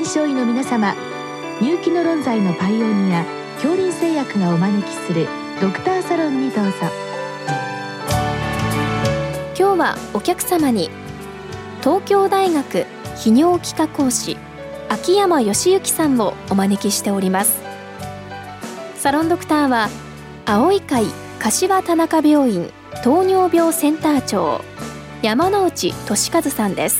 症医の皆様、入気の論剤のパイオニア恐林製薬がお招きするドクターサロンにどうぞ。 今日はお客様に東京大学泌尿器科講師秋山義之さんをお招きしております。サロンドクターは青い会柏田中病院糖尿病センター長山内俊和さんです。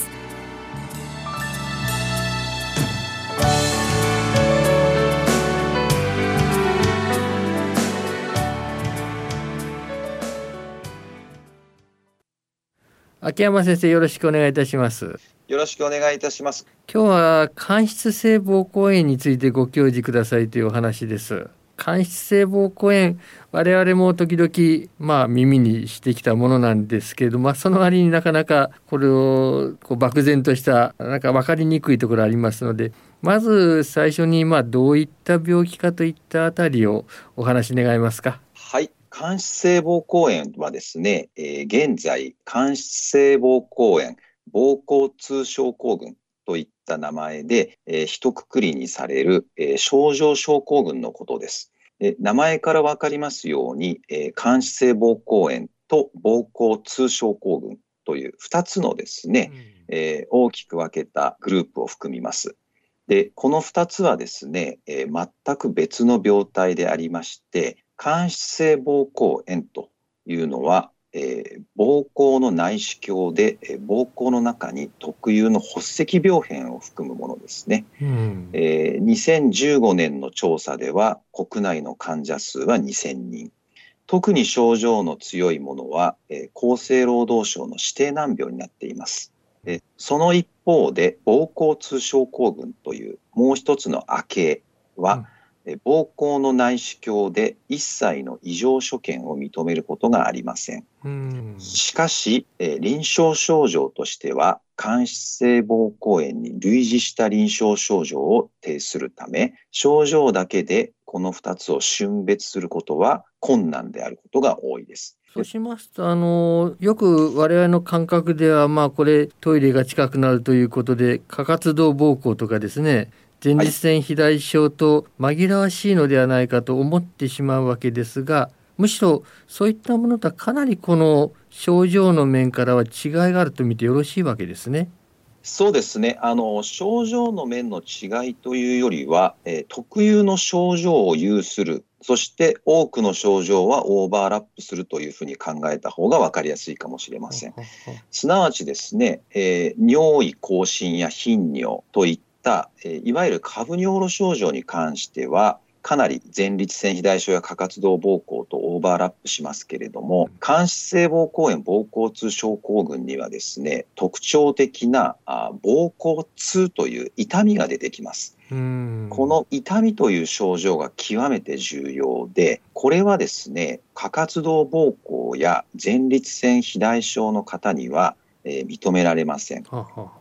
秋山先生、よろしくお願いいたします。 よろしくお願いいたします。 今日は間質性膀胱炎についてご教示くださいというお話です。間質性膀胱炎、我々も時々、耳にしてきたものなんですけれども、その割になかなかこれを漠然とした分かりにくいところありますので、まず最初にどういった病気かといったあたりをお話願えますか。 はい。間質性膀胱炎はですね、現在間質性膀胱炎膀胱痛症候群といった名前で、一括りにされる、症状症候群のことです。名前から分かりますように、間質性膀胱炎と膀胱痛症候群という2つのですね、大きく分けたグループを含みます。で、この2つはですね、全く別の病態でありまして、間質性膀胱炎というのは、膀胱の内視鏡で膀胱の中に特有の発石病変を含むものですね。2015年の調査では国内の患者数は2000人。特に症状の強いものは、厚生労働省の指定難病になっています。その一方で膀胱痛症候群というもう一つの亜系は、膀胱の内視鏡で一切の異常所見を認めることがありません。しかし、臨床症状としては間質性膀胱炎に類似した臨床症状を呈するため、症状だけでこの2つを峻別することは困難であることが多いです。 そうしますと、よく我々の感覚では、これトイレが近くなるということで、過活動膀胱とかですね、前立腺肥大症と紛らわしいのではないかと思ってしまうわけですが、むしろそういったものとはかなりこの症状の面からは違いがあると見てよろしいわけですね。 そうですね。症状の面の違いというよりは、特有の症状を有する、そして多くの症状はオーバーラップするというふうに考えた方が分かりやすいかもしれません。すなわちですね、尿意更新や頻尿といったいわゆる下部尿路症状に関してはかなり前立腺肥大症や過活動膀胱とオーバーラップしますけれども、間質性膀胱炎膀胱痛症候群にはですね、特徴的な膀胱痛という痛みが出てきます。この痛みという症状が極めて重要で、これはですね、過活動膀胱や前立腺肥大症の方には、認められません。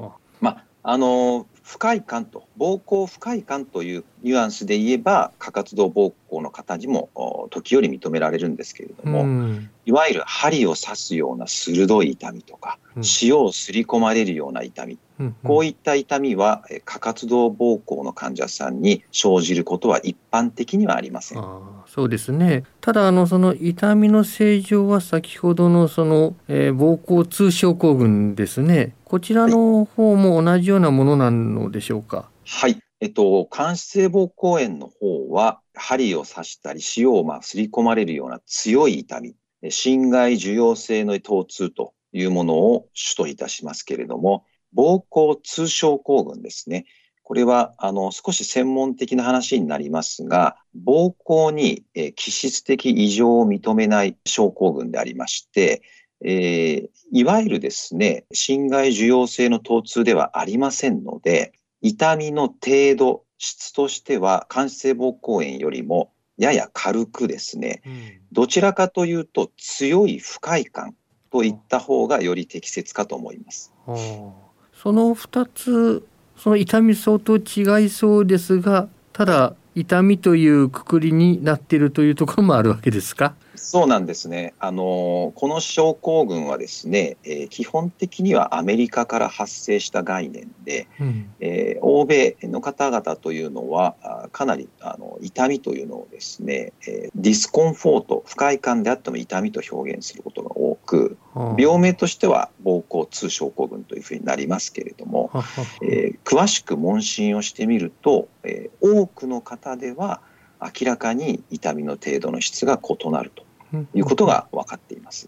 不快感と膀胱不快感というニュアンスで言えば過活動膀胱の方にも時折認められるんですけれども、いわゆる針を刺すような鋭い痛みとか、塩をすり込まれるような痛み、こういった痛みは過活動膀胱の患者さんに生じることは一般的にはありません。 そうですね。ただその痛みの正常は先ほどの膀胱痛症候群ですね。こちらの方も同じようなものなのでしょうか。 はい。間質性膀胱炎の方は針を刺したり塩をすり込まれるような強い痛み、心外受容性の疼痛というものを主といたしますけれども、膀胱痛症候群ですね。これは少し専門的な話になりますが、膀胱に気質的異常を認めない症候群でありまして、いわゆるですね、心外受容性の疼痛ではありませんので、痛みの程度、質としては間質性膀胱炎よりもやや軽くですね、どちらかというと強い不快感といった方がより適切かと思います。 その2つ、その痛み相当違いそうですが、ただ痛みというくくりになっているというところもあるわけですか？ そうなんですね。この症候群はですね、基本的にはアメリカから発生した概念で、欧米の方々というのはかなり痛みというのをですね、ディスコンフォート、不快感であっても痛みと表現することが多く、病名としては膀胱痛症候群というふうになりますけれども、詳しく問診をしてみると、多くの方では明らかに痛みの程度の質が異なるということが分かっています。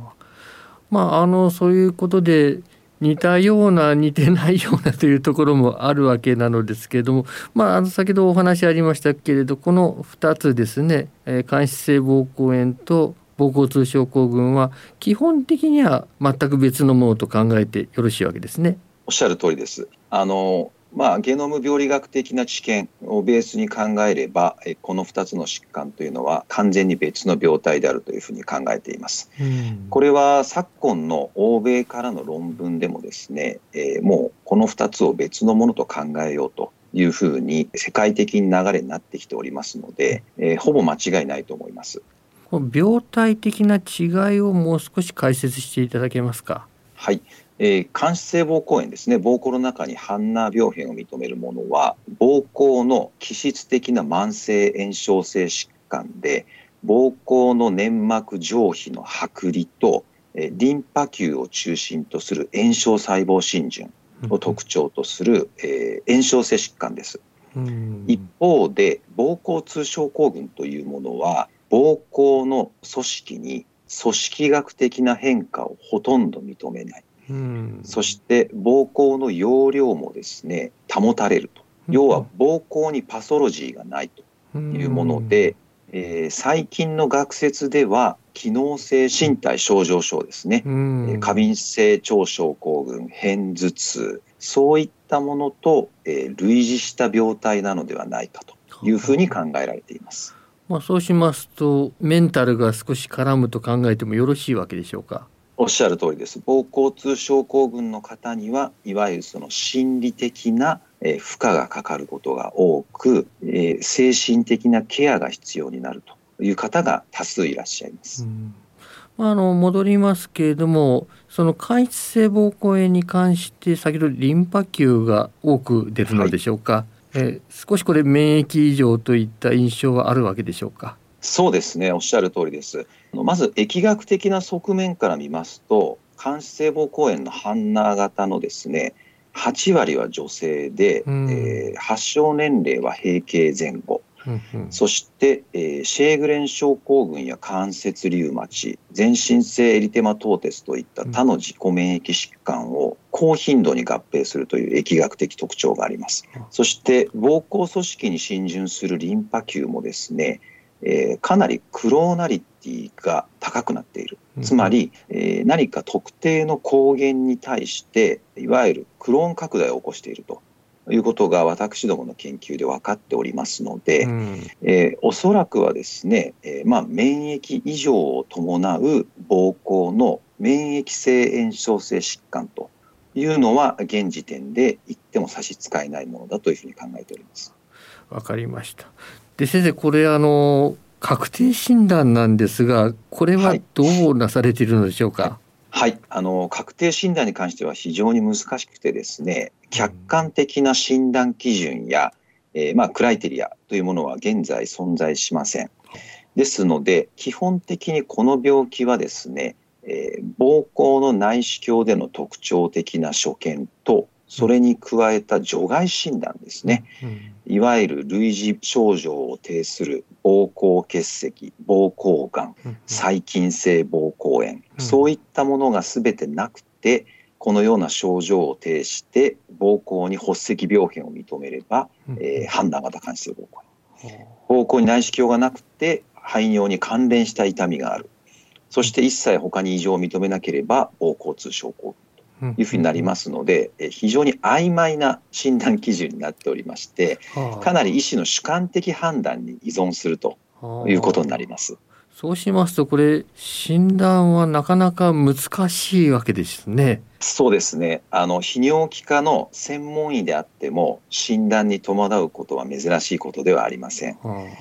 そういうことで似たような似てないようなというところもあるわけなのですけれども、先ほどお話ありましたけれど、この2つですね、間質性膀胱炎と膀胱痛症候群は基本的には全く別のものと考えてよろしいわけですね。 おっしゃる通りです。ゲノム病理学的な知見をベースに考えれば、この2つの疾患というのは完全に別の病態であるというふうに考えています。これは昨今の欧米からの論文でもですね、もうこの2つを別のものと考えようというふうに世界的に流れになってきておりますので、ほぼ間違いないと思います。 病態的な違いをもう少し解説していただけますか。 はい。間質性膀胱炎ですね。膀胱の中にハンナー病変を認めるものは、膀胱の気質的な慢性炎症性疾患で、膀胱の粘膜上皮の剥離とリンパ球を中心とする炎症細胞浸潤を特徴とする炎症性疾患です。一方で膀胱痛症候群というものは、膀胱の組織に組織学的な変化をほとんど認めない。そして膀胱の容量もですね、保たれると。要は膀胱にパソロジーがないというもので、最近の学説では機能性身体症状症ですね、過敏性腸症候群、片頭痛、そういったものと、類似した病態なのではないかというふうに考えられています。 そうしますとメンタルが少し絡むと考えてもよろしいわけでしょうか。 おっしゃる通りです。膀胱痛症候群の方にはいわゆるその心理的な負荷がかかることが多く、精神的なケアが必要になるという方が多数いらっしゃいます。 戻りますけれども、その間質性膀胱炎に関して先ほどリンパ球が多く出るのでしょうか。少しこれ免疫異常といった印象はあるわけでしょうか。 そうですね、おっしゃる通りです。まず疫学的な側面から見ますと、間質性膀胱炎のハンナー型のですね、8割は女性で、発症年齢は閉経前後、そして、シェーグレン症候群や関節リウマチ、全身性エリテマトーテスといった他の自己免疫疾患を高頻度に合併するという疫学的特徴があります。そして膀胱組織に浸潤するリンパ球もですね、かなりクローナリティが高くなっている。つまり、何か特定の抗原に対していわゆるクローン拡大を起こしているということが私どもの研究で分かっておりますので、おそらくはですね、免疫異常を伴う膀胱の免疫性炎症性疾患というのは現時点で言っても差し支えないものだというふうに考えております。 わかりました。で先生、これ確定診断なんですが、これはどうなされているのでしょうか。 はい、確定診断に関しては非常に難しくてですね、客観的な診断基準や、クライテリアというものは現在存在しません。ですので基本的にこの病気はですね、膀胱の内視鏡での特徴的な所見とそれに加えた除外診断ですね、いわゆる類似症状を呈する膀胱結石、膀胱がん、細菌性膀胱炎、そういったものが全てなくて、このような症状を呈して膀胱に発石病変を認めれば、ハンナー型間質性膀胱炎、膀胱に内視鏡がなくて排尿に関連した痛みがある、そして一切他に異常を認めなければ膀胱痛症候群というふうになりますので、非常に曖昧な診断基準になっておりまして、かなり医師の主観的判断に依存するということになります。 そうしますとこれ診断はなかなか難しいわけですね。 そうですね。泌尿器科の専門医であっても診断に戸惑うことは珍しいことではありません。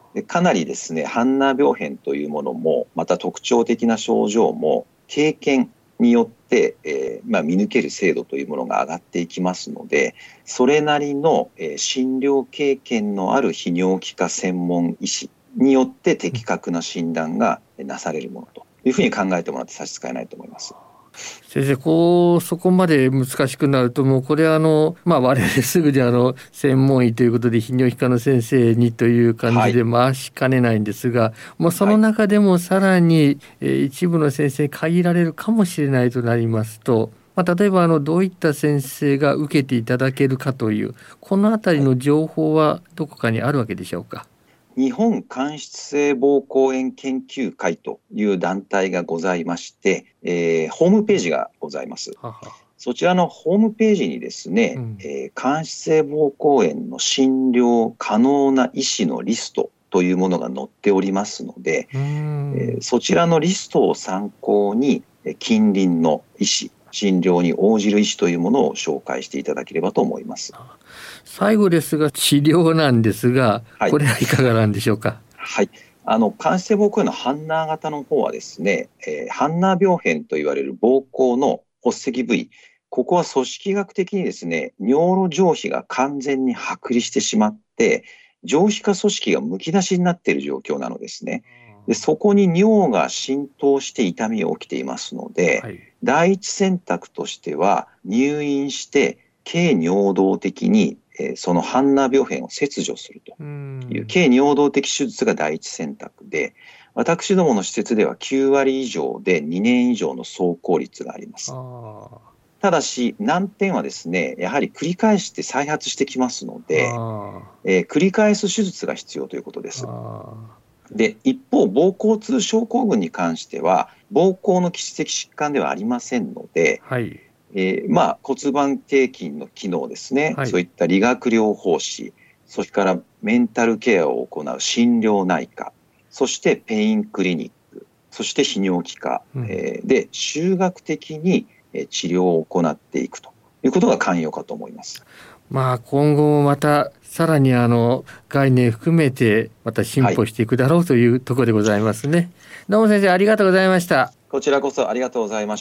でかなりですね、ハンナ病変というものも、また特徴的な症状も経験によって、見抜ける精度というものが上がっていきますので、それなりの、診療経験のある泌尿器科専門医師によって的確な診断がなされるものというふうに考えてもらって差し支えないと思います。 先生、そこまで難しくなると、もうこれは我々すぐに専門医ということで泌尿器科の先生にという感じで回しかねないんですが、もうその中でもさらに一部の先生に限られるかもしれないとなりますと、例えばどういった先生が受けていただけるかというこのあたりの情報はどこかにあるわけでしょうか。 日本間質性膀胱炎研究会という団体がございまして、ホームページがございます。そちらのホームページにですね、間質性膀胱炎の診療可能な医師のリストというものが載っておりますので、そちらのリストを参考に近隣の医師、診療に応じる医師というものを紹介していただければと思います。 最後ですが、治療なんですが、これはいかがなんでしょうか。 はい、間質性膀胱炎のハンナー型の方はですね、ハンナー病変と言われる膀胱の発石部位、ここは組織学的にですね、尿路上皮が完全に剥離してしまって、上皮下組織がむき出しになっている状況なのですね。でそこに尿が浸透して痛みが起きていますので、第一選択としては入院して経尿道的にそのハンナー病変を切除するという経尿道的手術が第一選択で、私どもの施設では9割以上で2年以上の走行率があります。ただし難点はですね、やはり繰り返して再発してきますので、繰り返す手術が必要ということです。で一方、膀胱痛症候群に関しては膀胱の基質的疾患ではありませんので、骨盤底筋の機能ですね、そういった理学療法士、それからメンタルケアを行う心療内科、そしてペインクリニック、そして泌尿器科、で集学的に治療を行っていくということが肝要かと思います。 今後もまたさらに概念含めてまた進歩していくだろうというところでございますね。どうも先生、ありがとうございました。 こちらこそありがとうございました。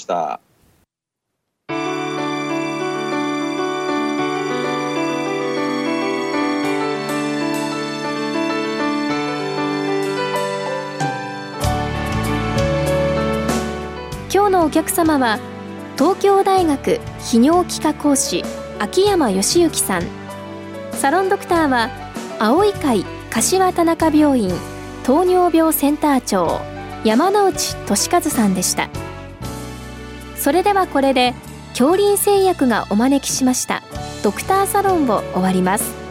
今日のお客様は東京大学泌尿器科講師秋山義之さん、サロンドクターは青い会柏田中病院糖尿病センター長山内俊和さんでした。それではこれで杏林製薬がお招きしましたドクターサロンを終わります。